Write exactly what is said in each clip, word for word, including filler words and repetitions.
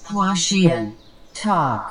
花絮 Talk。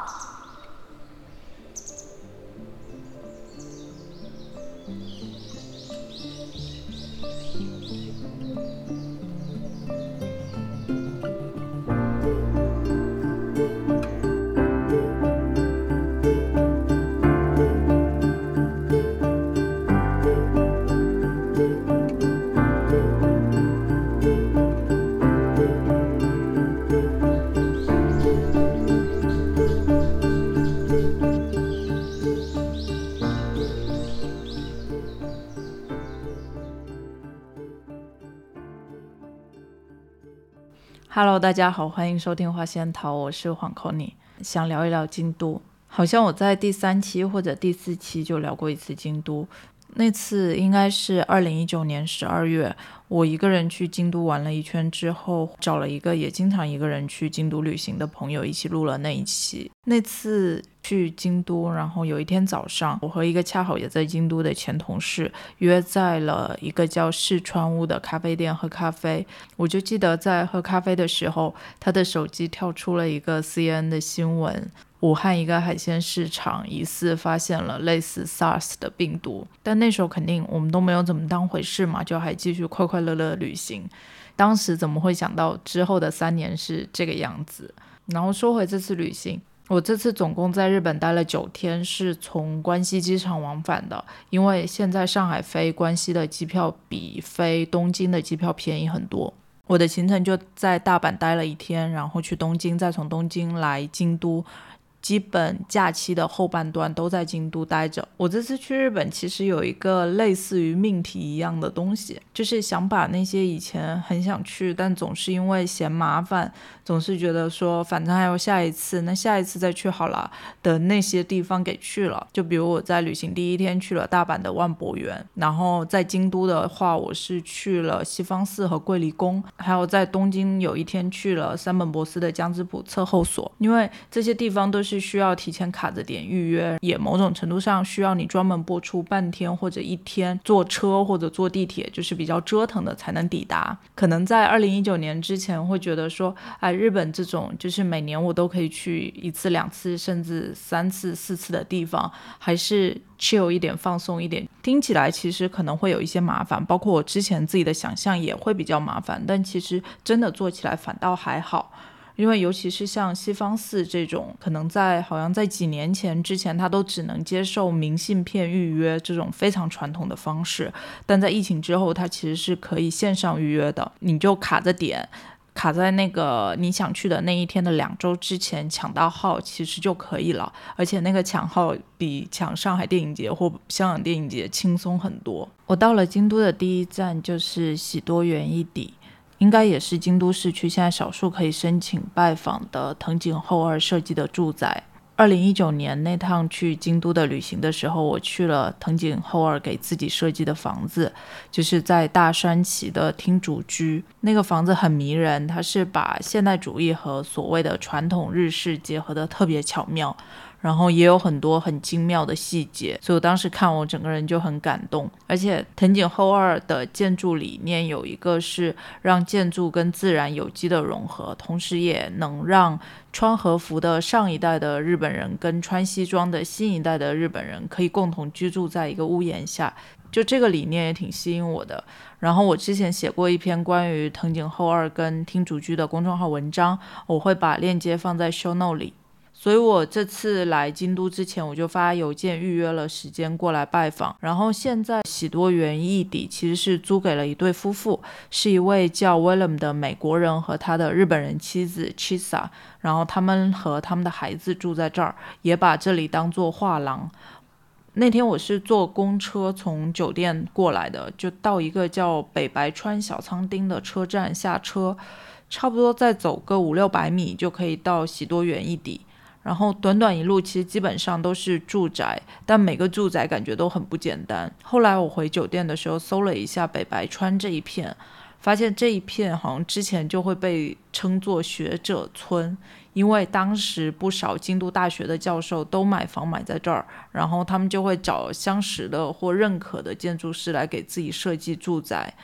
Hello， 大家好，欢迎收听花仙桃，我是黄 Connie， 想聊一聊京都。好像我在第三期或者第四期就聊过一次京都，那次应该是二零一九年十二月，我一个人去京都玩了一圈之后，找了一个也经常一个人去京都旅行的朋友一起录了那一期。那次去京都，然后有一天早上，我和一个恰好也在京都的前同事约在了一个叫四川屋的咖啡店喝咖啡。我就记得在喝咖啡的时候，他的手机跳出了一个 C N N 的新闻，武汉一个海鲜市场疑似发现了类似 SARS 的病毒，但那时候肯定我们都没有怎么当回事嘛，就还继续快快乐乐的旅行。当时怎么会想到之后的三年是这个样子。然后说回这次旅行，我这次总共在日本待了九天，是从关西机场往返的，因为现在上海飞关西的机票比飞东京的机票便宜很多。我的行程就在大阪待了一天，然后去东京，再从东京来京都，基本假期的后半段都在京都待着。我这次去日本其实有一个类似于命题一样的东西，就是想把那些以前很想去但总是因为嫌麻烦，总是觉得说反正还有下一次，那下一次再去好了的那些地方给去了。就比如我在旅行第一天去了大阪的万博园，然后在京都的话我是去了西方寺和桂离宫，还有在东京有一天去了三本博司的江之浦测候所。因为这些地方都是是需要提前卡着点预约，也某种程度上需要你专门播出半天或者一天坐车或者坐地铁，就是比较折腾的才能抵达。可能在二零一九年之前会觉得说，哎，日本这种就是每年我都可以去一次两次甚至三次四次的地方，还是 chill 一点放松一点，听起来其实可能会有一些麻烦，包括我之前自己的想象也会比较麻烦，但其实真的做起来反倒还好。因为尤其是像西方寺这种，可能在好像在几年前之前它都只能接受明信片预约这种非常传统的方式，但在疫情之后它其实是可以线上预约的，你就卡着点卡在那个你想去的那一天的两周之前抢到号其实就可以了，而且那个抢号比抢上海电影节或香港电影节轻松很多。我到了京都的第一站就是喜多园一底，应该也是京都市区现在少数可以申请拜访的藤井厚二设计的住宅。二零一九年那趟去京都的旅行的时候，我去了藤井厚二给自己设计的房子，就是在大山崎的町主居。那个房子很迷人，它是把现代主义和所谓的传统日式结合的特别巧妙，然后也有很多很精妙的细节，所以我当时看我整个人就很感动。而且藤井厚二的建筑理念有一个是让建筑跟自然有机的融合，同时也能让穿和服的上一代的日本人跟穿西装的新一代的日本人可以共同居住在一个屋檐下，就这个理念也挺吸引我的。然后我之前写过一篇关于藤井厚二跟町主居的公众号文章，我会把链接放在 show note 里。所以我这次来京都之前我就发邮件预约了时间过来拜访。然后现在喜多园一底其实是租给了一对夫妇，是一位叫 William 的美国人和他的日本人妻子 Chisa， 然后他们和他们的孩子住在这儿，也把这里当作画廊。那天我是坐公车从酒店过来的，就到一个叫北白川小仓町的车站下车，差不多再走个五六百米就可以到喜多园一底。然后短短一路其实基本上都是住宅，但每个住宅感觉都很不简单。后来我回酒店的时候搜了一下北白川这一片，发现这一片好像之前就会被称作学者村，因为当时不少京都大学的教授都买房买在这儿，然后他们就会找相识的或认可的建筑师来给自己设计住宅。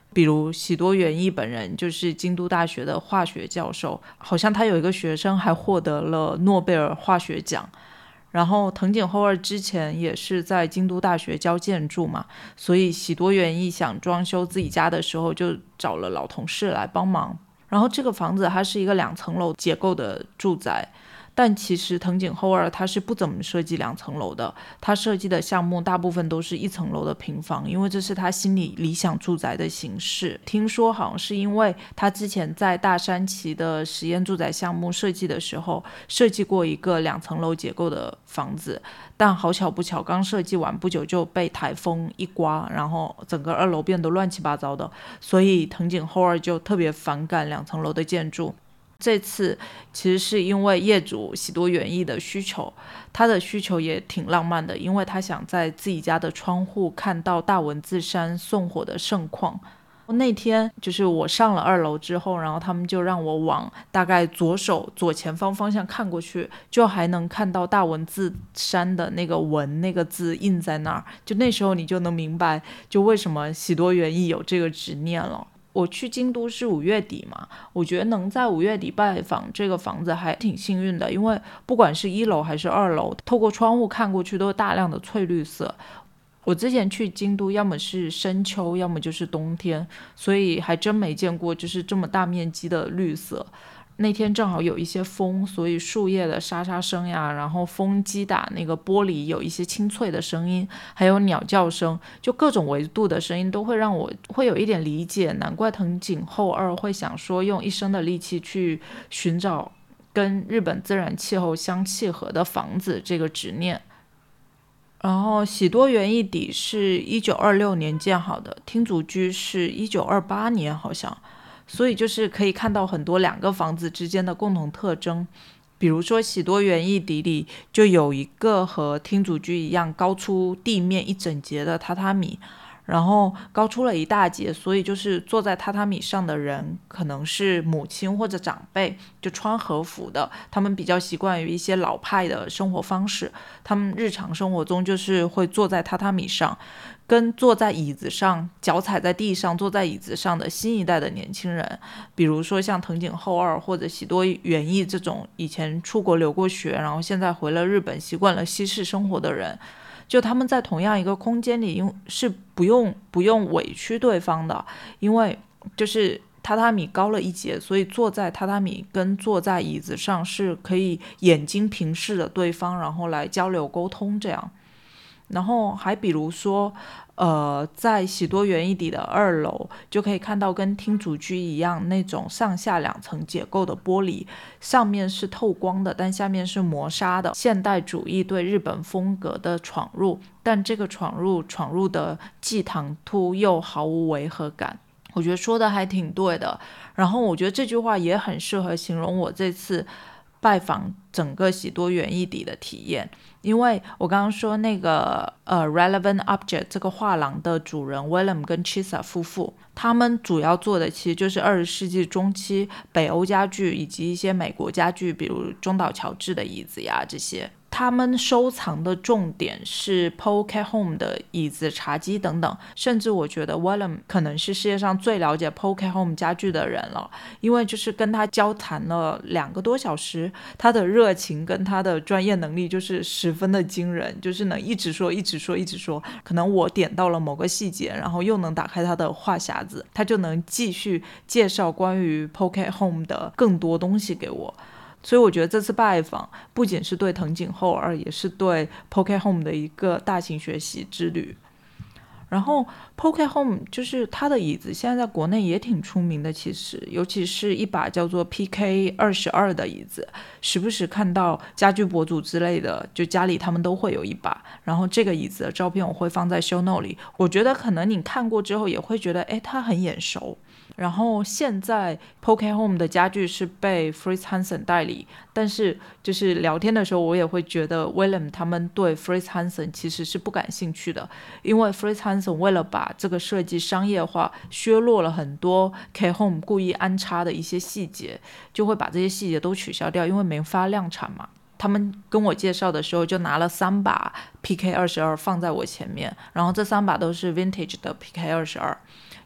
比如喜多元一本人就是京都大学的化学教授，好像他有一个学生还获得了诺贝尔化学奖。然后藤井厚二之前也是在京都大学教建筑嘛，所以喜多元一想装修自己家的时候就找了老同事来帮忙。然后这个房子它是一个两层楼结构的住宅，但其实藤井厚二他是不怎么设计两层楼的，他设计的项目大部分都是一层楼的平房，因为这是他心里理想住宅的形式。听说好像是因为他之前在大山崎的实验住宅项目设计的时候设计过一个两层楼结构的房子，但好巧不巧刚设计完不久就被台风一刮，然后整个二楼变得乱七八糟的，所以藤井厚二就特别反感两层楼的建筑。这次其实是因为业主喜多元一的需求，他的需求也挺浪漫的，因为他想在自己家的窗户看到大文字山送火的盛况。那天就是我上了二楼之后，然后他们就让我往大概左手左前方方向看过去，就还能看到大文字山的那个文那个字印在那儿，就那时候你就能明白就为什么喜多元一有这个执念了。我去京都是五月底嘛，我觉得能在五月底拜访这个房子还挺幸运的，因为不管是一楼还是二楼，透过窗户看过去都是大量的翠绿色。我之前去京都要么是深秋要么就是冬天，所以还真没见过就是这么大面积的绿色。那天正好有一些风，所以树叶的沙沙声呀，然后风击打那个玻璃有一些清脆的声音，还有鸟叫声，就各种维度的声音都会让我会有一点理解，难怪藤井厚二会想说用一生的力气去寻找跟日本自然气候相契合的房子这个执念。然后喜多元一底是一九二六年建好的，听祖居是一九二八年好像，所以就是可以看到很多两个房子之间的共同特征。比如说喜多元一底里就有一个和听祖居一样高出地面一整截的榻榻米，然后高出了一大截，所以就是坐在榻榻米上的人可能是母亲或者长辈，就穿和服的，他们比较习惯于一些老派的生活方式，他们日常生活中就是会坐在榻榻米上，跟坐在椅子上脚踩在地上坐在椅子上的新一代的年轻人，比如说像藤井厚二或者喜多元一这种以前出国留过学，然后现在回了日本习惯了西式生活的人，就他们在同样一个空间里是不用不用委屈对方的，因为就是榻榻米高了一截，所以坐在榻榻米跟坐在椅子上是可以眼睛平视的对方，然后来交流沟通这样。然后还比如说呃，在喜多元一底的二楼就可以看到跟听祖居一样那种上下两层结构的玻璃，上面是透光的，但下面是磨砂的，现代主义对日本风格的闯入，但这个闯入闯入的既唐突又毫无违和感，我觉得说的还挺对的。然后我觉得这句话也很适合形容我这次拜访整个喜多元一底的体验，因为我刚刚说那个呃 Relevant Object 这个画廊的主人 Willem 跟 Chisa 夫妇，他们主要做的其实就是二十世纪中期北欧家具以及一些美国家具，比如中岛乔治的椅子呀这些。他们收藏的重点是 Poke Home 的椅子、茶几等等，甚至我觉得 Willem 可能是世界上最了解 Poke Home 家具的人了，因为就是跟他交谈了两个多小时，他的热情跟他的专业能力就是十分的惊人，就是能一直说一直说一直说，可能我点到了某个细节，然后又能打开他的话匣子，他就能继续介绍关于 Poke Home 的更多东西给我。所以我觉得这次拜访不仅是对藤井厚二，也是对 Poke Home 的一个大型学习之旅。然后 Poke Home 就是它的椅子现在在国内也挺出名的，其实尤其是一把叫做 P K 二十二的椅子，时不时看到家居博主之类的就家里他们都会有一把，然后这个椅子的照片我会放在 show note 里，我觉得可能你看过之后也会觉得诶它很眼熟。然后现在 Poke Home 的家具是被 Fritz Hansen 代理，但是就是聊天的时候我也会觉得 Willem 他们对 Fritz Hansen 其实是不感兴趣的，因为 Fritz Hansen 为了把这个设计商业化，削弱了很多 K Home 故意安插的一些细节，就会把这些细节都取消掉，因为没法量产嘛。他们跟我介绍的时候就拿了三把 P K 二十二放在我前面，然后这三把都是 Vintage 的 P K 二十二，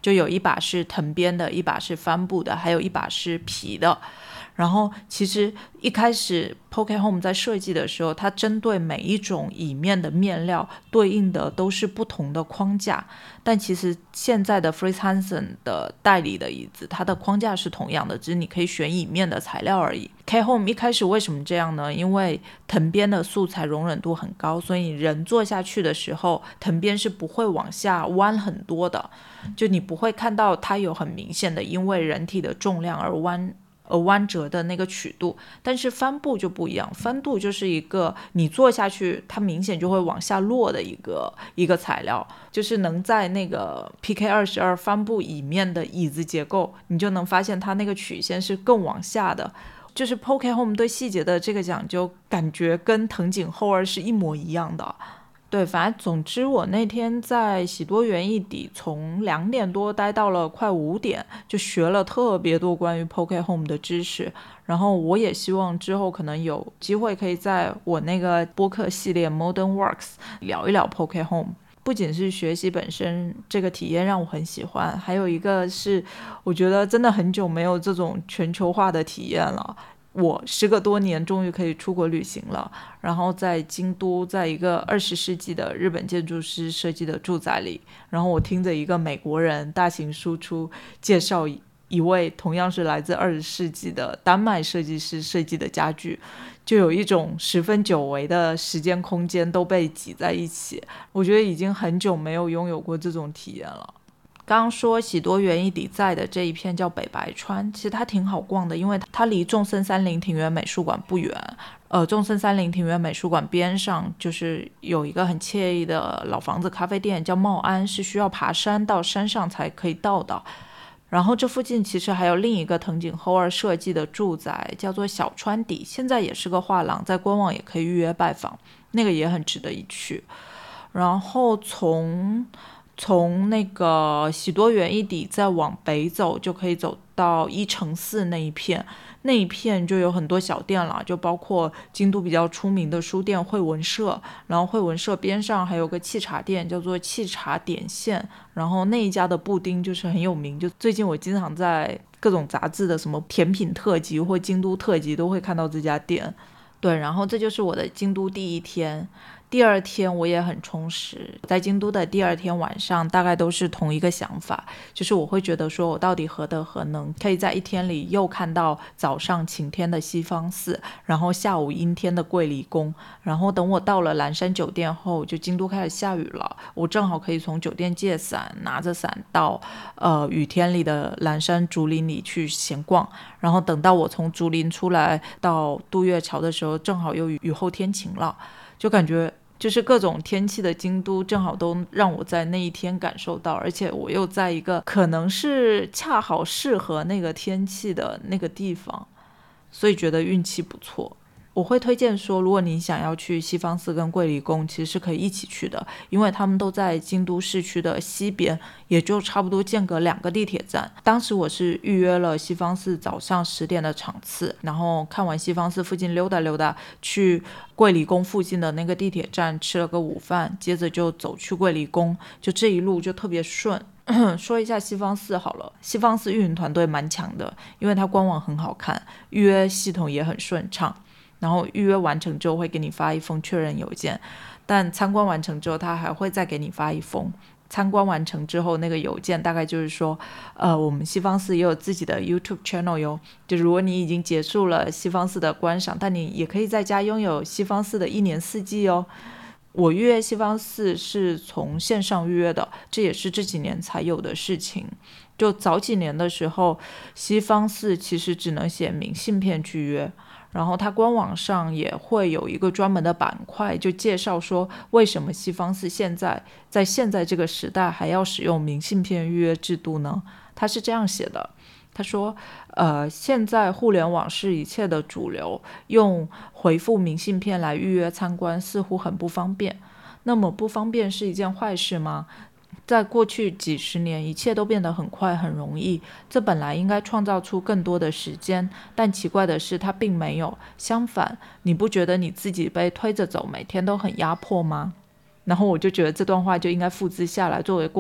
就有一把是藤编的，一把是帆布的，还有一把是皮的。然后其实一开始 Poke Home 在设计的时候，它针对每一种椅面的面料对应的都是不同的框架，但其实现在的 Fritz Hansen 的代理的椅子，它的框架是同样的，只是你可以选椅面的材料而已。 K Home 一开始为什么这样呢？因为藤编的素材容忍度很高，所以人坐下去的时候藤编是不会往下弯很多的，就你不会看到它有很明显的因为人体的重量而弯而弯折的那个曲度。但是帆布就不一样，帆布就是一个你坐下去它明显就会往下落的一个一个材料，就是能在那个 P K 二十二 帆布椅面的椅子结构，你就能发现它那个曲线是更往下的。就是 Poke Home 对细节的这个讲究，感觉跟藤井厚二是一模一样的。对，反正总之我那天在喜多园艺邸从两点多待到了快五点，就学了特别多关于 Poke Home 的知识。然后我也希望之后可能有机会可以在我那个播客系列 Modern Works 聊一聊 Poke Home。不仅是学习本身这个体验让我很喜欢，还有一个是我觉得真的很久没有这种全球化的体验了。我时隔多年终于可以出国旅行了，然后在京都，在一个二十世纪的日本建筑师设计的住宅里，然后我听着一个美国人大型输出介绍一位同样是来自二十世纪的丹麦设计师设计的家具，就有一种十分久违的时间空间都被挤在一起。我觉得已经很久没有拥有过这种体验了。刚刚说喜多园艺邸在的这一片叫北白川，其实它挺好逛的，因为它离众森三菱庭园美术馆不远。呃，众森三菱庭园美术馆边上就是有一个很惬意的老房子咖啡店叫茂安，是需要爬山到山上才可以到的。然后这附近其实还有另一个藤井厚二设计的住宅叫做小川邸，现在也是个画廊，在官网也可以预约拜访，那个也很值得一去。然后从从那个喜多园艺邸再往北走，就可以走到一城寺那一片，那一片就有很多小店了，就包括京都比较出名的书店惠文社，然后惠文社边上还有个沏茶店叫做沏茶点线，然后那一家的布丁就是很有名，就最近我经常在各种杂志的什么甜品特辑或京都特辑都会看到这家店。对，然后这就是我的京都第一天。第二天我也很充实，在京都的第二天晚上大概都是同一个想法，就是我会觉得说我到底何德何能可以在一天里又看到早上晴天的西方寺，然后下午阴天的桂离宫，然后等我到了蓝山酒店后，就京都开始下雨了，我正好可以从酒店借伞，拿着伞到呃雨天里的蓝山竹林里去闲逛，然后等到我从竹林出来到渡月桥的时候，正好又雨后天晴了，就感觉就是各种天气的京都正好都让我在那一天感受到，而且我又在一个可能是恰好适合那个天气的那个地方，所以觉得运气不错。我会推荐说，如果你想要去西方寺跟桂离宫，其实是可以一起去的，因为他们都在京都市区的西边，也就差不多间隔两个地铁站。当时我是预约了西方寺早上十点的场次，然后看完西方寺附近溜达溜达，去桂离宫附近的那个地铁站吃了个午饭，接着就走去桂离宫，就这一路就特别顺。说一下西方寺好了，西方寺运营团队蛮强的，因为它官网很好看，预约系统也很顺畅，然后预约完成之后会给你发一封确认邮件，但参观完成之后他还会再给你发一封。参观完成之后那个邮件大概就是说呃，我们西方寺也有自己的 YouTube channel 哟，就如果你已经结束了西方寺的观赏，但你也可以在家拥有西方寺的一年四季哦。我预约西方寺是从线上预约的，这也是这几年才有的事情。就早几年的时候，西方寺其实只能写明信片去约，然后它官网上也会有一个专门的板块，就介绍说为什么西方寺现在在现在这个时代还要使用明信片预约制度呢？它是这样写的，他说呃，现在互联网是一切的主流，用回复明信片来预约参观似乎很不方便。那么不方便是一件坏事吗？在过去几十年一切都变得很快很容易，这本来应该创造出更多的时间，但奇怪的是它并没有，相反，你不觉得你自己被推着走每天都很压迫吗？然后我就觉得这段话就应该复制下来作为公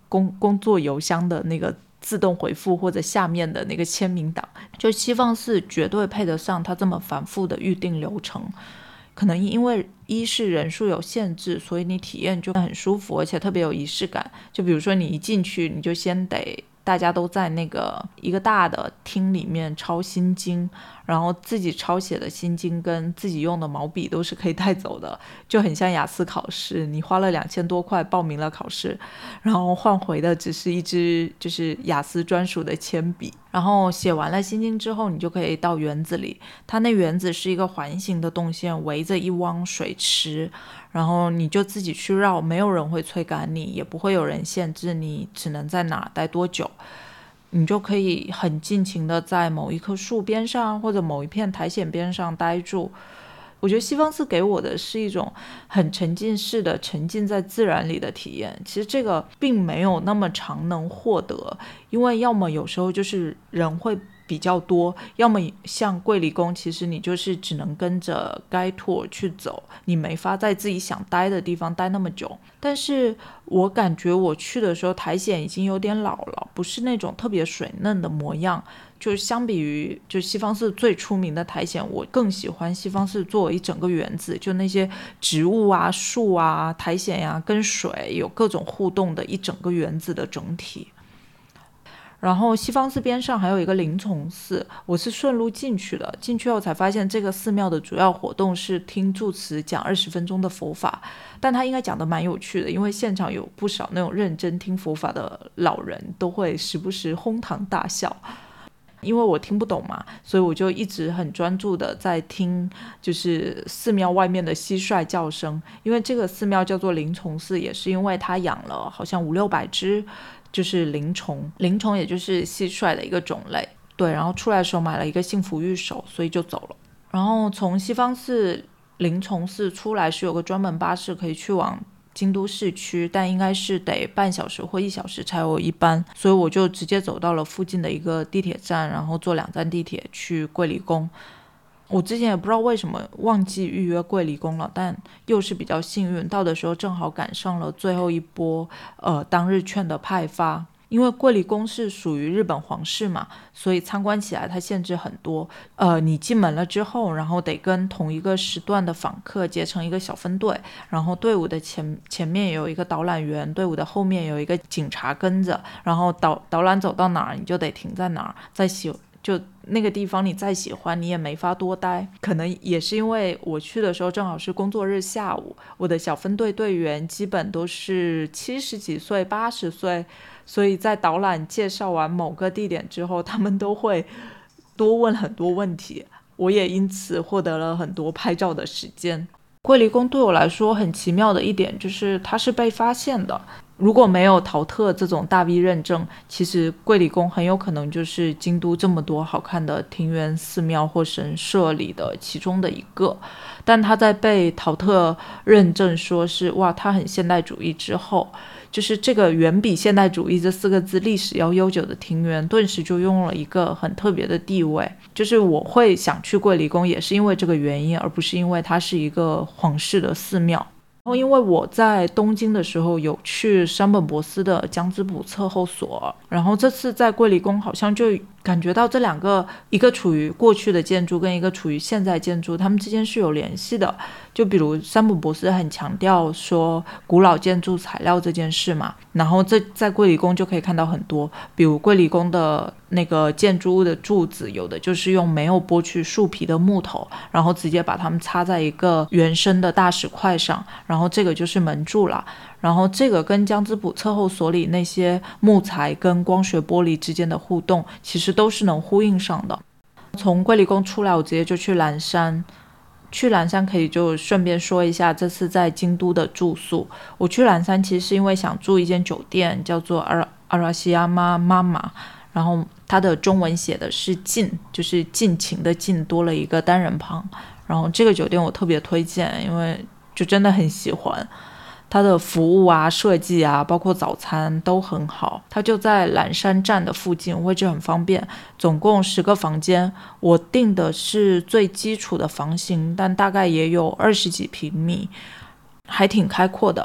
工工作邮箱的那个自动回复或者下面的那个签名档，就西方式绝对配得上它这么繁复的预定流程。可能因为一是人数有限制，所以你体验就很舒服，而且特别有仪式感。就比如说你一进去，你就先得大家都在那个一个大的厅里面抄心经，然后自己抄写的心经跟自己用的毛笔都是可以带走的，就很像雅思考试，你花了两千多块报名了考试，然后换回的只是一支就是雅思专属的铅笔。然后写完了心经之后，你就可以到园子里，它那园子是一个环形的动线，围着一汪水池，然后你就自己去绕，没有人会催赶你，也不会有人限制你只能在哪待多久，你就可以很尽情的在某一棵树边上或者某一片苔藓边上待住。我觉得西方寺给我的是一种很沉浸式的沉浸在自然里的体验，其实这个并没有那么常能获得，因为要么有时候就是人会比较多，要么像桂离宫，其实你就是只能跟着 guide tour 去走，你没法在自己想待的地方待那么久。但是我感觉我去的时候苔藓已经有点老了，不是那种特别水嫩的模样，就相比于就西方寺最出名的苔藓，我更喜欢西方寺作为一整个园子，就那些植物啊树啊苔藓呀、啊、跟水有各种互动的一整个园子的整体。然后西方寺边上还有一个灵崇寺，我是顺路进去的，进去后才发现这个寺庙的主要活动是听住持讲二十分钟的佛法，但他应该讲的蛮有趣的，因为现场有不少那种认真听佛法的老人都会时不时哄堂大笑。因为我听不懂嘛，所以我就一直很专注的在听就是寺庙外面的蟋蟀叫声，因为这个寺庙叫做灵崇寺，也是因为他养了好像五六百只就是灵虫，灵虫也就是蟋蟀的一个种类。对，然后出来的时候买了一个幸福玉手，所以就走了。然后从西方寺灵崇寺出来是有个专门巴士可以去往京都市区，但应该是得半小时或一小时才有一班，所以我就直接走到了附近的一个地铁站，然后坐两站地铁去桂离宫。我之前也不知道为什么忘记预约桂离宫了，但又是比较幸运，到的时候正好赶上了最后一波呃当日券的派发。因为桂离宫是属于日本皇室嘛，所以参观起来它限制很多。呃，你进门了之后，然后得跟同一个时段的访客结成一个小分队，然后队伍的前前面有一个导览员，队伍的后面有一个警察跟着，然后导导览走到哪儿你就得停在哪儿，再喜就那个地方你再喜欢你也没法多待。可能也是因为我去的时候正好是工作日下午，我的小分队队员基本都是七十几岁八十岁，所以在导览介绍完某个地点之后，他们都会多问很多问题，我也因此获得了很多拍照的时间。桂离宫对我来说很奇妙的一点就是它是被发现的，如果没有陶特这种大 V 认证，其实桂离宫很有可能就是京都这么多好看的庭园寺庙或神社里的其中的一个，但它在被陶特认证说是哇它很现代主义之后，就是这个远比现代主义这四个字历史要悠久的庭园顿时就拥了一个很特别的地位。就是我会想去桂离宫也是因为这个原因，而不是因为它是一个皇室的寺庙。然后因为我在东京的时候有去山本博司的江之浦测候所，然后这次在桂离宫好像就感觉到这两个一个处于过去的建筑跟一个处于现在建筑它们之间是有联系的。就比如山本博司很强调说古老建筑材料这件事嘛，然后这在桂离宫就可以看到很多，比如桂离宫的那个建筑物的柱子有的就是用没有剥去树皮的木头，然后直接把它们插在一个原生的大石块上，然后这个就是门柱了。然后这个跟江之浦测候所里那些木材跟光学玻璃之间的互动其实都是能呼应上的。从桂离宫出来我直接就去岚山，去岚山可以就顺便说一下这次在京都的住宿。我去岚山其实是因为想住一间酒店叫做阿阿拉西亚妈妈妈，然后它的中文写的是尽，就是尽情的尽多了一个单人旁，然后这个酒店我特别推荐，因为就真的很喜欢它的服务啊设计啊包括早餐都很好。它就在岚山站的附近，位置很方便，总共十个房间，我订的是最基础的房型，但大概也有二十几平米，还挺开阔的。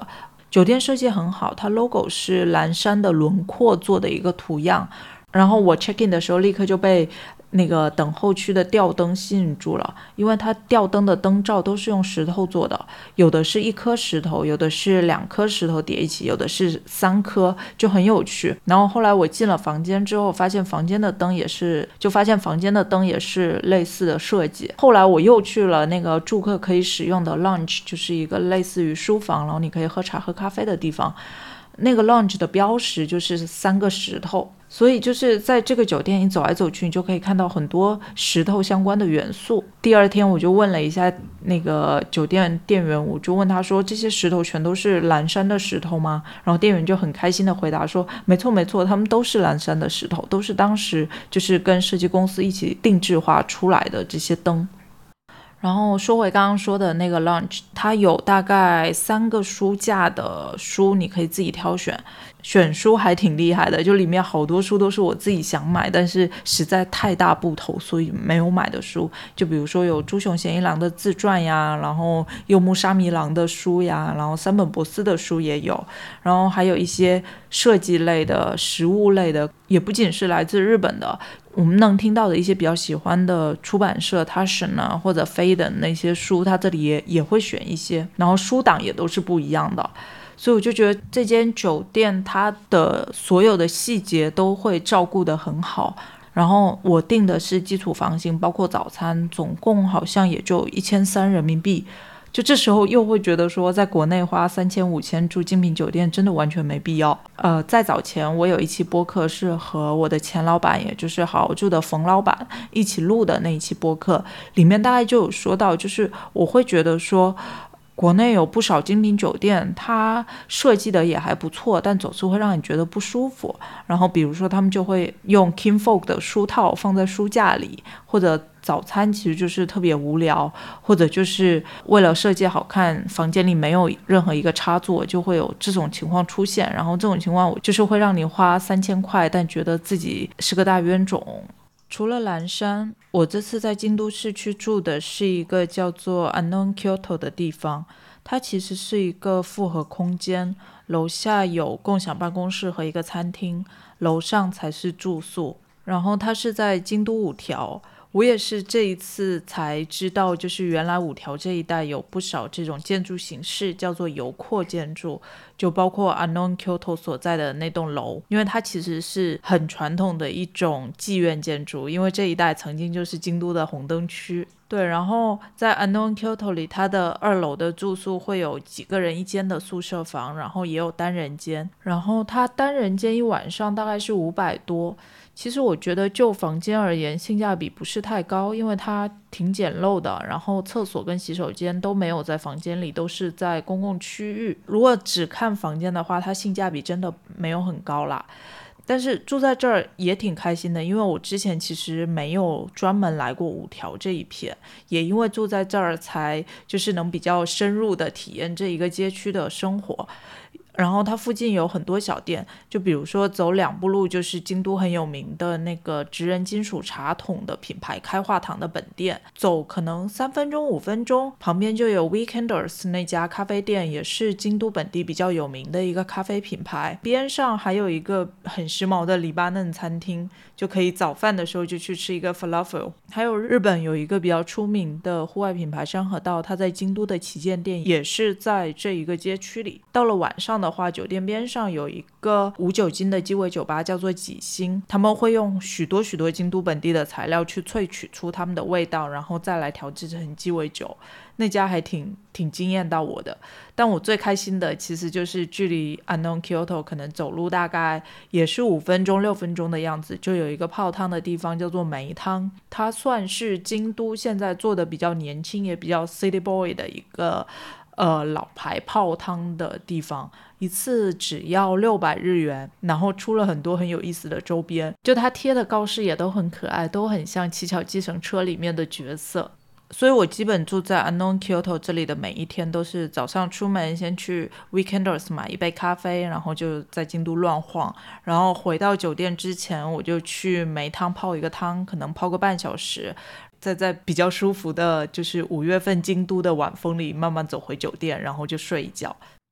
酒店设计很好，它 logo 是蓝山的轮廓做的一个图样，然后我 check in 的时候立刻就被那个等候区的吊灯吸引住了，因为它吊灯的灯罩都是用石头做的，有的是一颗石头，有的是两颗石头叠一起，有的是三颗，就很有趣。然后后来我进了房间之后，发现房间的灯也是，就发现房间的灯也是类似的设计。后来我又去了那个住客可以使用的 lounge， 就是一个类似于书房，然后你可以喝茶喝咖啡的地方。那个 lounge 的标识就是三个石头，所以就是在这个酒店你走来走去，你就可以看到很多石头相关的元素。第二天我就问了一下那个酒店店员，我就问他说这些石头全都是蓝山的石头吗？然后店员就很开心的回答说没错没错，他们都是蓝山的石头，都是当时就是跟设计公司一起定制化出来的这些灯。然后说回刚刚说的那个 lounge， 它有大概三个书架的书，你可以自己挑选。选书还挺厉害的，就里面好多书都是我自己想买，但是实在太大部头，所以没有买的书。就比如说有猪熊贤一郎的自传呀，然后柚木沙弥郎的书呀，然后三本博司的书也有，然后还有一些设计类的、食物类的，也不仅是来自日本的。我们能听到的一些比较喜欢的出版社 Taschen 啊或者飞的那些书，它这里也也会选一些，然后书档也都是不一样的。所以我就觉得这间酒店它的所有的细节都会照顾得很好。然后我订的是基础房型，包括早餐，总共好像也就一千三人民币。就这时候又会觉得说在国内花三千五千住精品酒店真的完全没必要。呃，在早前我有一期播客是和我的前老板，也就是好好住的冯老板一起录的那一期播客，里面大概就有说到，就是我会觉得说国内有不少精品酒店它设计的也还不错，但总是会让你觉得不舒服。然后比如说他们就会用 Kinfolk 的书套放在书架里，或者早餐其实就是特别无聊，或者就是为了设计好看，房间里没有任何一个插座，就会有这种情况出现。然后这种情况就是会让你花三千块，但觉得自己是个大冤种。除了蓝山，我这次在京都市区住的是一个叫做 Unknown Kyoto 的地方，它其实是一个复合空间，楼下有共享办公室和一个餐厅，楼上才是住宿。然后它是在京都五条，我也是这一次才知道，就是原来五条这一带有不少这种建筑形式叫做油廓建筑，就包括 Unknown Kyoto 所在的那栋楼，因为它其实是很传统的一种妓院建筑，因为这一带曾经就是京都的红灯区。对，然后在 Unknown Kyoto 里，它的二楼的住宿会有几个人一间的宿舍房，然后也有单人间，然后它单人间一晚上大概是五百多。其实我觉得就房间而言性价比不是太高，因为它挺简陋的，然后厕所跟洗手间都没有在房间里，都是在公共区域。如果只看房间的话，它性价比真的没有很高啦。但是住在这儿也挺开心的，因为我之前其实没有专门来过五条这一片，也因为住在这儿才就是能比较深入的体验这一个街区的生活。然后它附近有很多小店，就比如说走两步路就是京都很有名的那个职人金属茶桶的品牌开化堂的本店，走可能三分钟五分钟旁边就有 Weekenders 那家咖啡店，也是京都本地比较有名的一个咖啡品牌，边上还有一个很时髦的黎巴嫩餐厅，就可以早饭的时候就去吃一个 falafel。 还有日本有一个比较出名的户外品牌山河道，它在京都的旗舰店也是在这一个街区里。到了晚上的话，酒店边上有一个无酒精的鸡尾酒吧叫做几星，他们会用许多许多京都本地的材料去萃取出他们的味道，然后再来调制成鸡尾酒，那家还挺挺惊艳到我的。但我最开心的其实就是距离 Unknown Kyoto 可能走路大概也是五分钟六分钟的样子，就有一个泡汤的地方叫做梅汤，它算是京都现在做的比较年轻也比较 City Boy 的一个呃老牌泡汤的地方，一次只要六百日元，然后出了很多很有意思的周边，就它贴的告示也都很可爱，都很像七巧计程车里面的角色。所以我基本住在 Unknown Kyoto 这里的每一天都是早上出门先去 Weekenders 买一杯咖啡，然后就在京都乱晃，然后回到酒店之前我就去梅汤泡一个汤，可能泡个半小时，再在比较舒服的就是五月份京都的晚风里慢慢走回酒店，然后就睡一觉。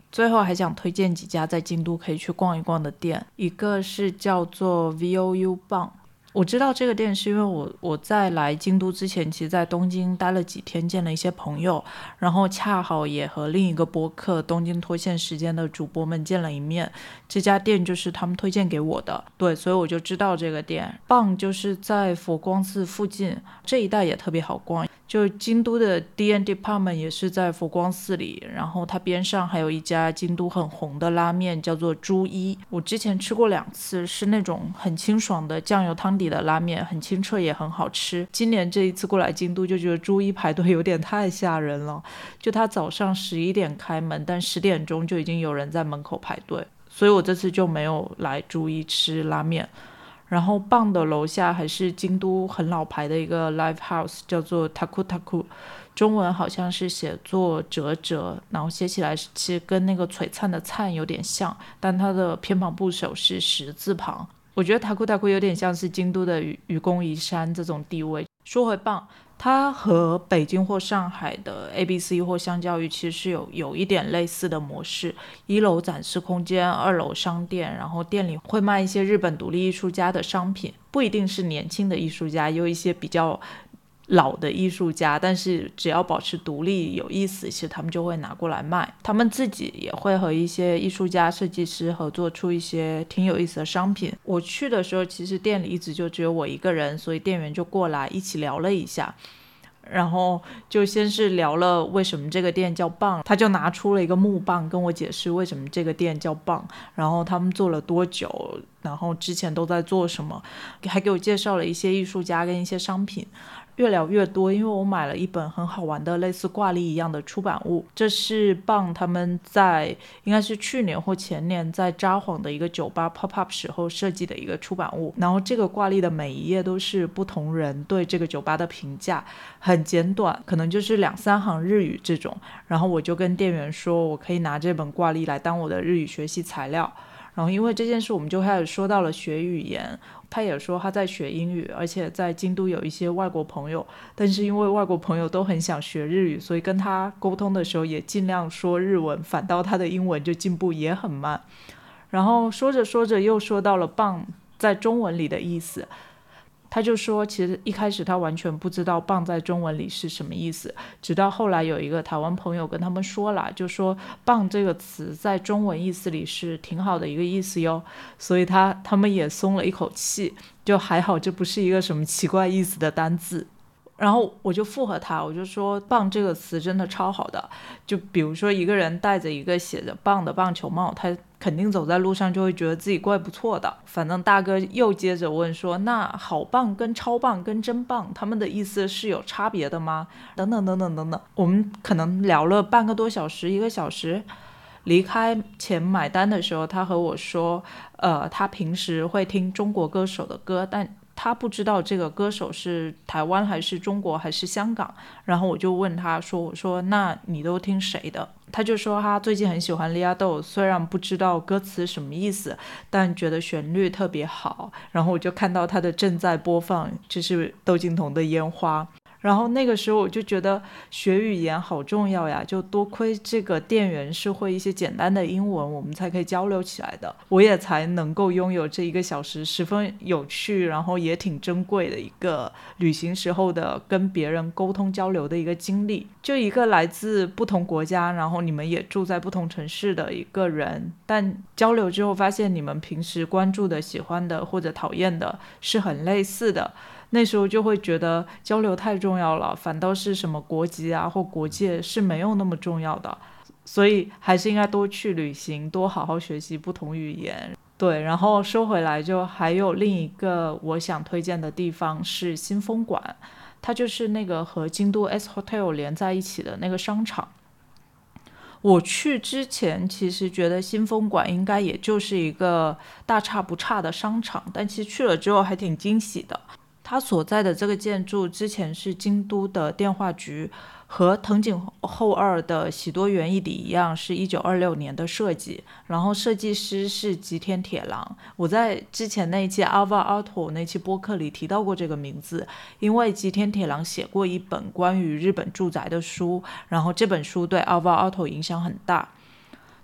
最后还想推荐几家在京都可以去逛一逛的店，一个是叫做 V O U 棒。我知道这个店是因为我我在来京都之前，其实在东京待了几天，见了一些朋友，然后恰好也和另一个播客东京脱线时间的主播们见了一面，这家店就是他们推荐给我的，对，所以我就知道这个店。棒就是在佛光寺附近，这一带也特别好逛，就京都的 D N Department 也是在佛光寺里，然后它边上还有一家京都很红的拉面叫做猪一，我之前吃过两次，是那种很清爽的酱油汤底的拉面，很清澈也很好吃。今年这一次过来京都就觉得猪一排队有点太吓人了，就它早上十一点开门，但十点钟就已经有人在门口排队，所以我这次就没有来猪一吃拉面。然后棒的楼下还是京都很老牌的一个 live house 叫做 taku taku， 中文好像是写作折折，然后写起来其实跟那个璀璨的璨有点像，但它的偏旁部首是十字旁。我觉得 taku taku 有点像是京都的愚公移山这种地位。说回棒，它和北京或上海的 A B C 或相较于其实是有有一点类似的模式，一楼展示空间，二楼商店，然后店里会卖一些日本独立艺术家的商品，不一定是年轻的艺术家，有一些比较老的艺术家，但是只要保持独立有意思，其实他们就会拿过来卖。他们自己也会和一些艺术家设计师合作出一些挺有意思的商品。我去的时候其实店里一直就只有我一个人，所以店员就过来一起聊了一下，然后就先是聊了为什么这个店叫棒，他就拿出了一个木棒跟我解释为什么这个店叫棒，然后他们做了多久，然后之前都在做什么，还给我介绍了一些艺术家跟一些商品。越聊越多，因为我买了一本很好玩的类似挂历一样的出版物，这是棒他们在应该是去年或前年在札幌的一个酒吧 pop up 时候设计的一个出版物，然后这个挂历的每一页都是不同人对这个酒吧的评价，很简短，可能就是两三行日语这种，然后我就跟店员说我可以拿这本挂历来当我的日语学习材料。然后因为这件事我们就开始说到了学语言，他也说他在学英语，而且在京都有一些外国朋友，但是因为外国朋友都很想学日语，所以跟他沟通的时候也尽量说日文，反倒他的英文就进步也很慢。然后说着说着又说到了棒在中文里的意思，他就说其实一开始他完全不知道棒在中文里是什么意思，直到后来有一个台湾朋友跟他们说了，就说棒这个词在中文意思里是挺好的一个意思哟，所以他他们也松了一口气，就还好这不是一个什么奇怪意思的单字。然后我就附和他，我就说棒这个词真的超好的，就比如说一个人戴着一个写着棒的棒球帽，他肯定走在路上就会觉得自己怪不错的。反正大哥又接着问说，那好棒跟超棒跟真棒他们的意思是有差别的吗？等等等等等等，我们可能聊了半个多小时一个小时。离开前买单的时候他和我说呃，他平时会听中国歌手的歌，但他不知道这个歌手是台湾还是中国还是香港，然后我就问他说，我说那你都听谁的？他就说他最近很喜欢利亚豆，虽然不知道歌词什么意思，但觉得旋律特别好，然后我就看到他的正在播放就是窦靖童的烟花，然后那个时候我就觉得学语言好重要呀，就多亏这个店员是会一些简单的英文，我们才可以交流起来的，我也才能够拥有这一个小时十分有趣然后也挺珍贵的一个旅行时候的跟别人沟通交流的一个经历。就一个来自不同国家，然后你们也住在不同城市的一个人，但交流之后发现你们平时关注的喜欢的或者讨厌的是很类似的，那时候就会觉得交流太重要了，反倒是什么国籍啊或国界是没有那么重要的，所以还是应该多去旅行，多好好学习不同语言。对，然后说回来就还有另一个我想推荐的地方是新丰馆，它就是那个和京都 S Hotel 连在一起的那个商场。我去之前其实觉得新丰馆应该也就是一个大差不差的商场，但其实去了之后还挺惊喜的。它所在的这个建筑之前是京都的电话局，和藤井厚二的喜多园一里一样，是一九二六年的设计，然后设计师是吉田铁郎。我在之前那一期 Alvar Aalto 那期播客里提到过这个名字，因为吉田铁郎写过一本关于日本住宅的书，然后这本书对 Alvar Aalto 影响很大，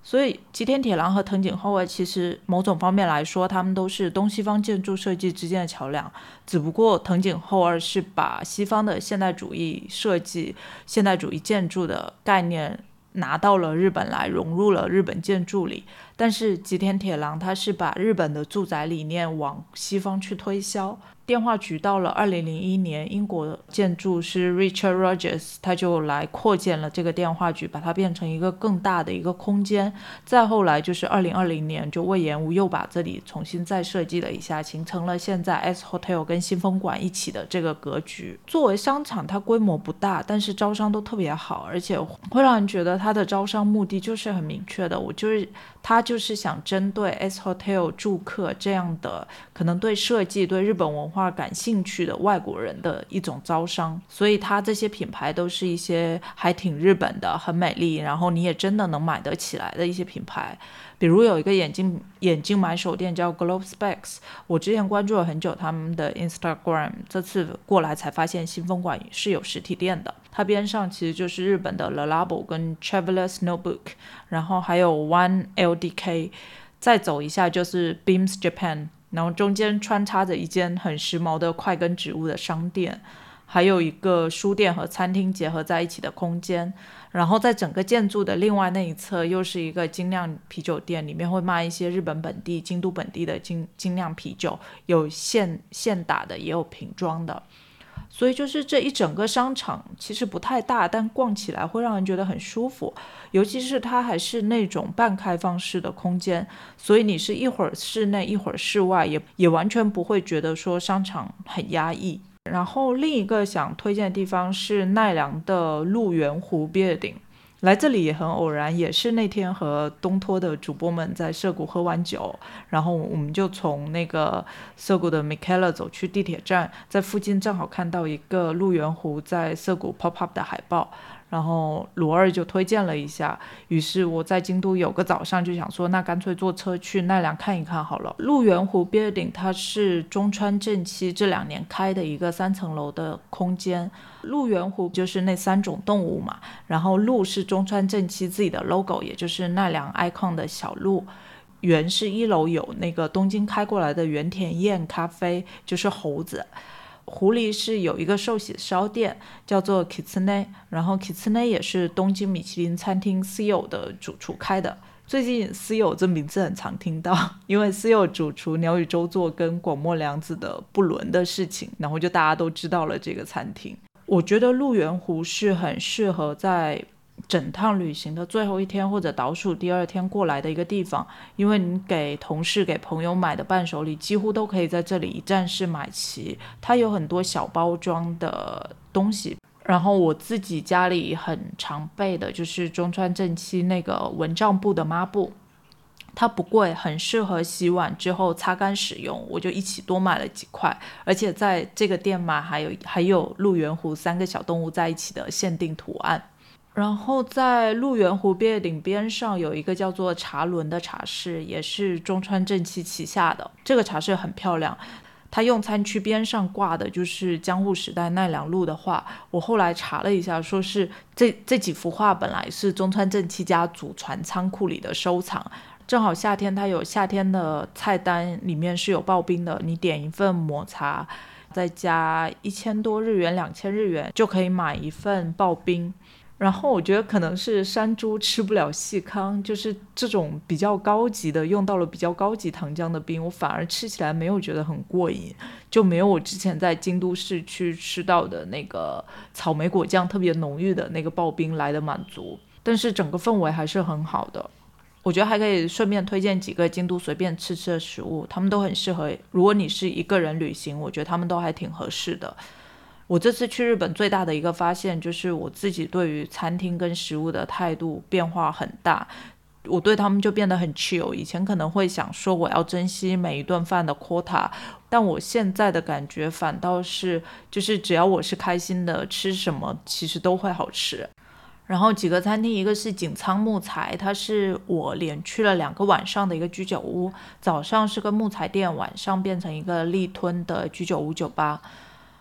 所以吉田铁郎和藤井厚二其实某种方面来说，他们都是东西方建筑设计之间的桥梁，只不过藤井厚二是把西方的现代主义设计、现代主义建筑的概念拿到了日本来，融入了日本建筑里，但是吉田铁郎他是把日本的住宅理念往西方去推销。电话局到了二零零一年，英国建筑师 Richard Rogers 他就来扩建了这个电话局，把它变成一个更大的一个空间。再后来就是二零二零年，就隈研吾又把这里重新再设计了一下，形成了现在 S Hotel 跟新风馆一起的这个格局。作为商场，它规模不大，但是招商都特别好，而且会让人觉得它的招商目的就是很明确的，我就是他就是想针对 S Hotel 住客这样的可能对设计、对日本文化感兴趣的外国人的一种招商，所以他这些品牌都是一些还挺日本的、很美丽，然后你也真的能买得起来的一些品牌。比如有一个眼镜眼镜买手店叫 Globe Specs， 我之前关注了很久他们的 Instagram， 这次过来才发现新风馆是有实体店的。它边上其实就是日本的 Le Labo 跟 Traveler's Notebook， 然后还有 One L D K， 再走一下就是 Beams Japan， 然后中间穿插着一间很时髦的快跟植物的商店，还有一个书店和餐厅结合在一起的空间。然后在整个建筑的另外那一侧又是一个精酿啤酒店，里面会卖一些日本本地、京都本地的精精酿啤酒，有现现打的也有瓶装的。所以就是这一整个商场其实不太大，但逛起来会让人觉得很舒服，尤其是它还是那种半开放式的空间，所以你是一会儿室内一会儿室外，也也完全不会觉得说商场很压抑。然后另一个想推荐的地方是奈良的鹿园湖 Building， 来这里也很偶然，也是那天和东托的主播们在涩谷喝完酒，然后我们就从那个涩谷的 Mikella 走去地铁站，在附近正好看到一个鹿园湖在涩谷 pop up 的海报，然后罗二就推荐了一下，于是我在京都有个早上就想说，那干脆坐车去奈良看一看好了。鹿园湖 Building 它是中川正七这两年开的一个三层楼的空间。鹿园湖就是那三种动物嘛，然后鹿是中川正七自己的 logo， 也就是奈良 icon 的小鹿。园是一楼有那个东京开过来的原田彦咖啡，就是猴子。湖里是有一个寿喜烧店叫做 Kitsune， 然后 Kitsune 也是东京米其林餐厅私有的主厨开的。最近私有这名字很常听到，因为私有主厨鸟羽周作跟广末凉子的不伦的事情，然后就大家都知道了这个餐厅。我觉得鹿园湖是很适合在整趟旅行的最后一天或者倒数第二天过来的一个地方，因为你给同事给朋友买的伴手礼几乎都可以在这里一站式买齐，它有很多小包装的东西。然后我自己家里很常备的就是中川正七那个蚊帐布的抹布，它不贵，很适合洗碗之后擦干使用，我就一起多买了几块，而且在这个店买还有还有鹿园湖三个小动物在一起的限定图案。然后在鹿园湖边顶边上有一个叫做茶轮的茶室，也是中川正七旗下的，这个茶室很漂亮，它用餐区边上挂的就是江户时代奈良鹿的画，我后来查了一下，说是这这几幅画本来是中川正七家祖传仓库里的收藏，正好夏天它有夏天的菜单，里面是有刨冰的，你点一份抹茶再加一千多日元两千日元就可以买一份刨冰。然后我觉得可能是山猪吃不了细糠，就是这种比较高级的用到了比较高级糖浆的冰，我反而吃起来没有觉得很过瘾，就没有我之前在京都市区吃到的那个草莓果酱特别浓郁的那个刨冰来的满足，但是整个氛围还是很好的。我觉得还可以顺便推荐几个京都随便吃吃的食物，他们都很适合，如果你是一个人旅行，我觉得他们都还挺合适的。我这次去日本最大的一个发现就是我自己对于餐厅跟食物的态度变化很大，我对他们就变得很 chill， 以前可能会想说我要珍惜每一顿饭的 quota， 但我现在的感觉反倒是就是只要我是开心的，吃什么其实都会好吃。然后几个餐厅，一个是井仓木材，它是我连去了两个晚上的一个居酒屋，早上是个木材店，晚上变成一个立吞的居酒屋酒吧。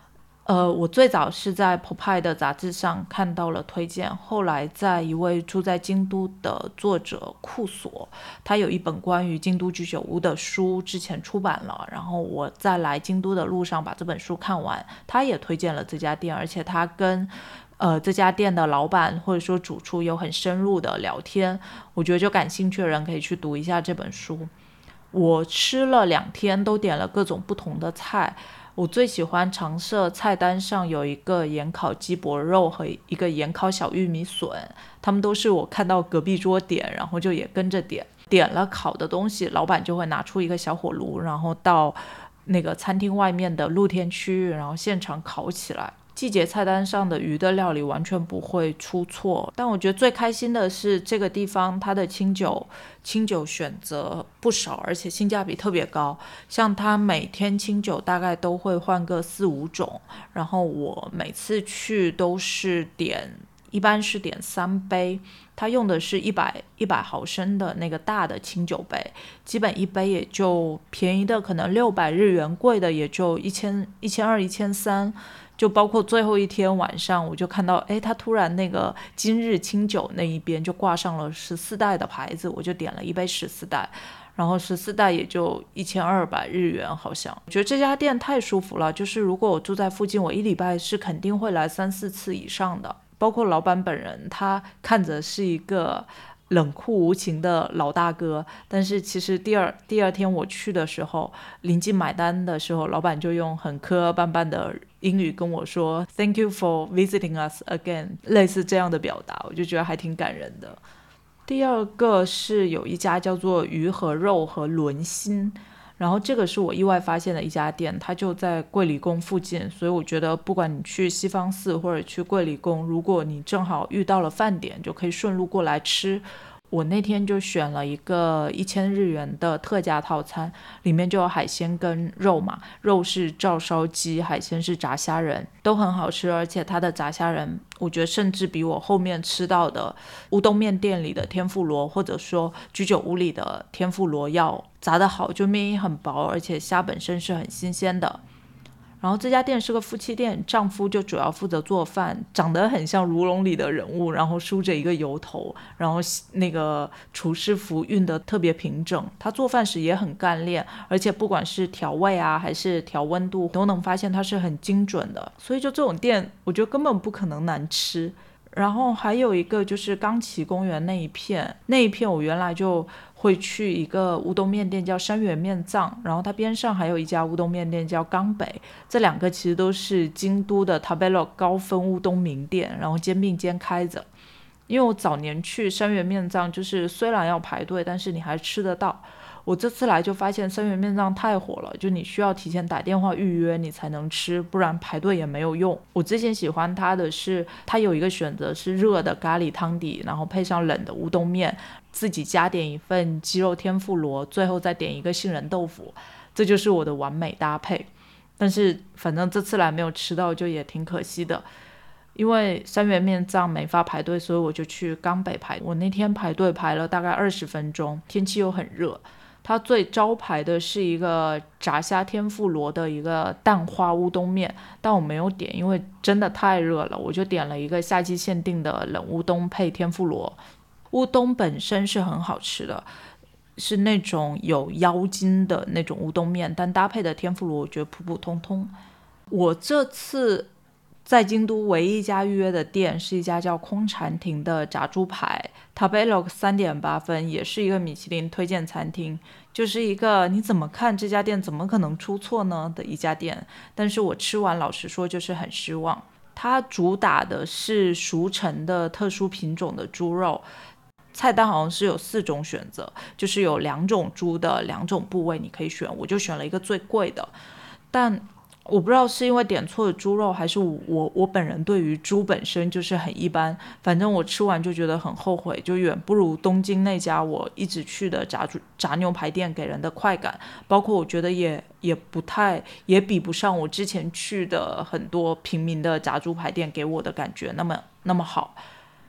呃，我最早是在 Popeye 的杂志上看到了推荐，后来在一位住在京都的作者库索，他有一本关于京都居酒屋的书，之前出版了，然后我在来京都的路上把这本书看完，他也推荐了这家店，而且他跟呃这家店的老板或者说主厨有很深入的聊天，我觉得就感兴趣的人可以去读一下这本书。我吃了两天，都点了各种不同的菜。我最喜欢常设菜单上有一个盐烤鸡脖肉和一个盐烤小玉米笋，他们都是我看到隔壁桌点，然后就也跟着点。点了烤的东西，老板就会拿出一个小火炉，然后到那个餐厅外面的露天区域，然后现场烤起来。季节菜单上的鱼的料理完全不会出错，但我觉得最开心的是这个地方它的清酒清酒选择不少，而且性价比特别高，像它每天清酒大概都会换个四五种，然后我每次去都是点一般是点三杯，它用的是一百一百毫升的那个大的清酒杯，基本一杯也就便宜的可能六百日元，贵的也就一千一千二一千三。就包括最后一天晚上，我就看到，哎，他突然那个今日清酒那一边就挂上了十四代的牌子，我就点了一杯十四代，然后十四代也就一千二百日元，好像。我觉得这家店太舒服了，就是如果我住在附近，我一礼拜是肯定会来三四次以上的。包括老板本人，他看着是一个冷酷无情的老大哥，但是其实第二第二天我去的时候，临近买单的时候，老板就用很磕绊绊的英语跟我说 Thank you for visiting us again， 类似这样的表达，我就觉得还挺感人的。第二个是有一家叫做鱼和肉和轮心，然后这个是我意外发现的一家店，它就在桂离宫附近，所以我觉得不管你去西方寺或者去桂离宫，如果你正好遇到了饭点，就可以顺路过来吃。我那天就选了一个一千日元的特价套餐，里面就有海鲜跟肉嘛，肉是照烧鸡，海鲜是炸虾仁，都很好吃，而且它的炸虾仁我觉得甚至比我后面吃到的乌冬面店里的天妇罗或者说居酒屋里的天妇罗要炸得好，就面衣很薄，而且虾本身是很新鲜的。然后这家店是个夫妻店，丈夫就主要负责做饭，长得很像如龙里的人物，然后梳着一个油头，然后那个厨师服熨得特别平整。他做饭时也很干练，而且不管是调味啊还是调温度，都能发现它是很精准的。所以就这种店，我觉得根本不可能难吃。然后还有一个就是冈崎公园那一片，那一片我原来就会去一个乌冬面店叫山原面藏，然后它边上还有一家乌冬面店叫冈北，这两个其实都是京都的 Tabelog 高分乌冬名店，然后肩并肩开着。因为我早年去山原面藏，就是虽然要排队，但是你还吃得到。我这次来就发现山原面藏太火了，就你需要提前打电话预约你才能吃，不然排队也没有用。我之前喜欢它的是它有一个选择是热的咖喱汤底，然后配上冷的乌冬面，自己加点一份鸡肉天妇罗，最后再点一个杏仁豆腐，这就是我的完美搭配。但是反正这次来没有吃到，就也挺可惜的。因为山原面藏没法排队，所以我就去冈北排。我那天排队排了大概二十分钟，天气又很热。它最招牌的是一个炸虾天妇罗的一个蛋花乌冬面，但我没有点，因为真的太热了，我就点了一个夏季限定的冷乌冬配天妇罗。乌冬本身是很好吃的，是那种有妖精的那种乌冬面，但搭配的天妇罗我觉得普普通通。我这次在京都唯一一家预约的店是一家叫空禅亭的炸猪排 Tabelog 三点八 分，也是一个米其林推荐餐厅，就是一个你怎么看这家店怎么可能出错呢的一家店，但是我吃完老实说就是很失望。它主打的是熟成的特殊品种的猪肉，菜单好像是有四种选择，就是有两种猪的两种部位你可以选，我就选了一个最贵的，但我不知道是因为点错了猪肉，还是我我本人对于猪本身就是很一般，反正我吃完就觉得很后悔，就远不如东京那家我一直去的炸猪炸牛排店给人的快感，包括我觉得也也不太也比不上我之前去的很多平民的炸猪排店给我的感觉那么那么好。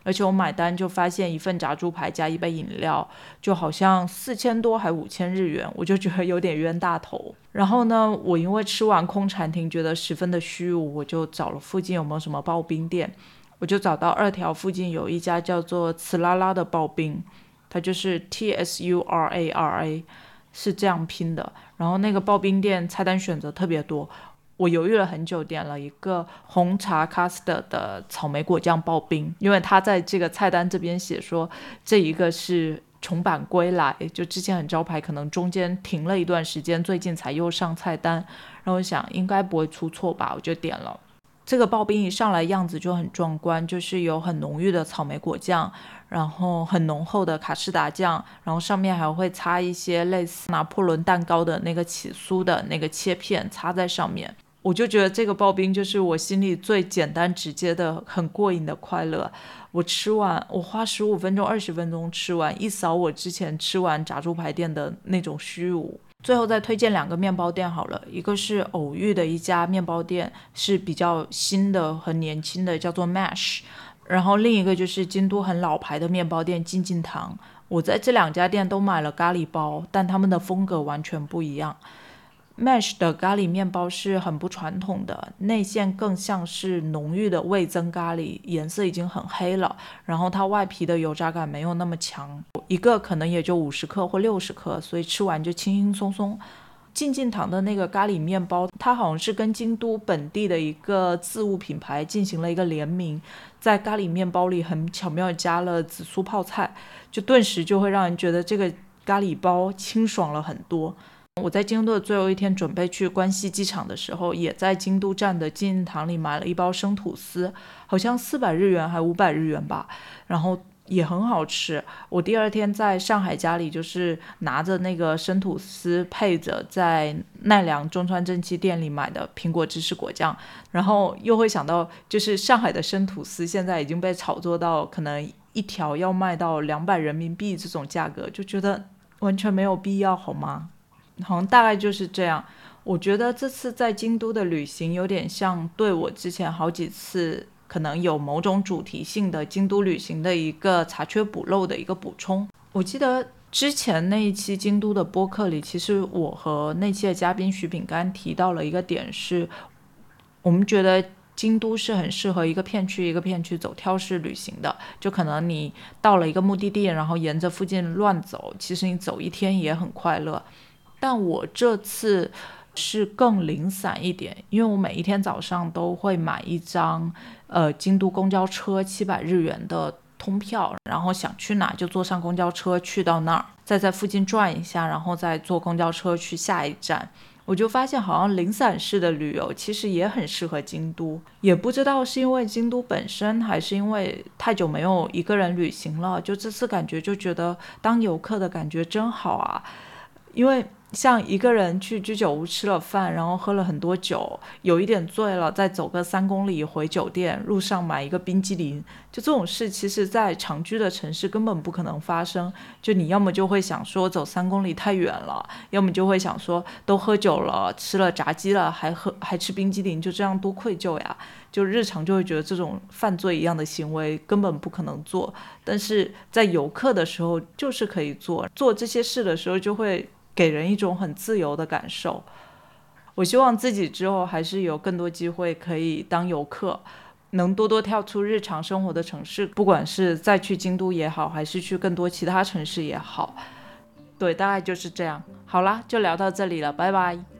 而且我买单就发现一份炸猪排加一杯饮料就好像四千多还五千日元，我就觉得有点冤大头。然后呢，我因为吃完空禅亭觉得十分的虚无，我就找了附近有没有什么刨冰店，我就找到二条附近有一家叫做茨拉拉的刨冰，它就是 T S U R A R A 是这样拼的。然后那个刨冰店菜单选择特别多，我犹豫了很久，点了一个红茶 custard 的草莓果酱刨冰，因为他在这个菜单这边写说这一个是重版归来，就之前很招牌，可能中间停了一段时间，最近才又上菜单。然后我想应该不会出错吧，我就点了。这个刨冰一上来样子就很壮观，就是有很浓郁的草莓果酱，然后很浓厚的卡士达酱，然后上面还会擦一些类似拿破仑蛋糕的那个起酥的那个切片擦在上面。我就觉得这个刨冰就是我心里最简单直接的很过瘾的快乐。我吃完，我花十五分钟二十分钟吃完，一扫我之前吃完炸猪排店的那种虚无。最后再推荐两个面包店好了，一个是偶遇的一家面包店，是比较新的很年轻的，叫做 Mash， 然后另一个就是京都很老牌的面包店进进堂。我在这两家店都买了咖喱包，但他们的风格完全不一样。Mash 的咖喱面包是很不传统的，内馅更像是浓郁的味增咖喱，颜色已经很黑了，然后它外皮的油炸感没有那么强，一个可能也就五十克或六十克，所以吃完就轻轻松松。进进堂的那个咖喱面包，它好像是跟京都本地的一个自物品牌进行了一个联名，在咖喱面包里很巧妙加了紫苏泡菜，就顿时就会让人觉得这个咖喱包清爽了很多。我在京都的最后一天准备去关西机场的时候，也在京都站的进进堂里买了一包生吐司，好像四百日元还五百日元吧，然后也很好吃。我第二天在上海家里就是拿着那个生吐司，配着在奈良中川正七店里买的苹果芝士果酱，然后又会想到就是上海的生吐司现在已经被炒作到可能一条要卖到两百人民币这种价格，就觉得完全没有必要好吗？好像大概就是这样。我觉得这次在京都的旅行有点像对我之前好几次可能有某种主题性的京都旅行的一个查缺补漏的一个补充。我记得之前那一期京都的播客里，其实我和那期的嘉宾许饼干提到了一个点，是我们觉得京都是很适合一个片区一个片区走跳式旅行的，就可能你到了一个目的地，然后沿着附近乱走，其实你走一天也很快乐。但我这次是更零散一点，因为我每一天早上都会买一张呃京都公交车七百日元的通票，然后想去哪就坐上公交车去到那儿，再在附近转一下，然后再坐公交车去下一站。我就发现好像零散式的旅游其实也很适合京都，也不知道是因为京都本身还是因为太久没有一个人旅行了，就这次感觉就觉得当游客的感觉真好啊。因为像一个人去居酒屋吃了饭，然后喝了很多酒，有一点醉了，再走个三公里回酒店，路上买一个冰激凌，就这种事其实在常居的城市根本不可能发生。就你要么就会想说走三公里太远了，要么就会想说都喝酒了吃了炸鸡了还喝还吃冰激凌，就这样多愧疚呀。就日常就会觉得这种犯罪一样的行为根本不可能做，但是在游客的时候就是可以做，做这些事的时候就会给人一种很自由的感受。我希望自己之后还是有更多机会可以当游客，能多多跳出日常生活的城市，不管是再去京都也好，还是去更多其他城市也好。对，大概就是这样。好啦，就聊到这里了，拜拜。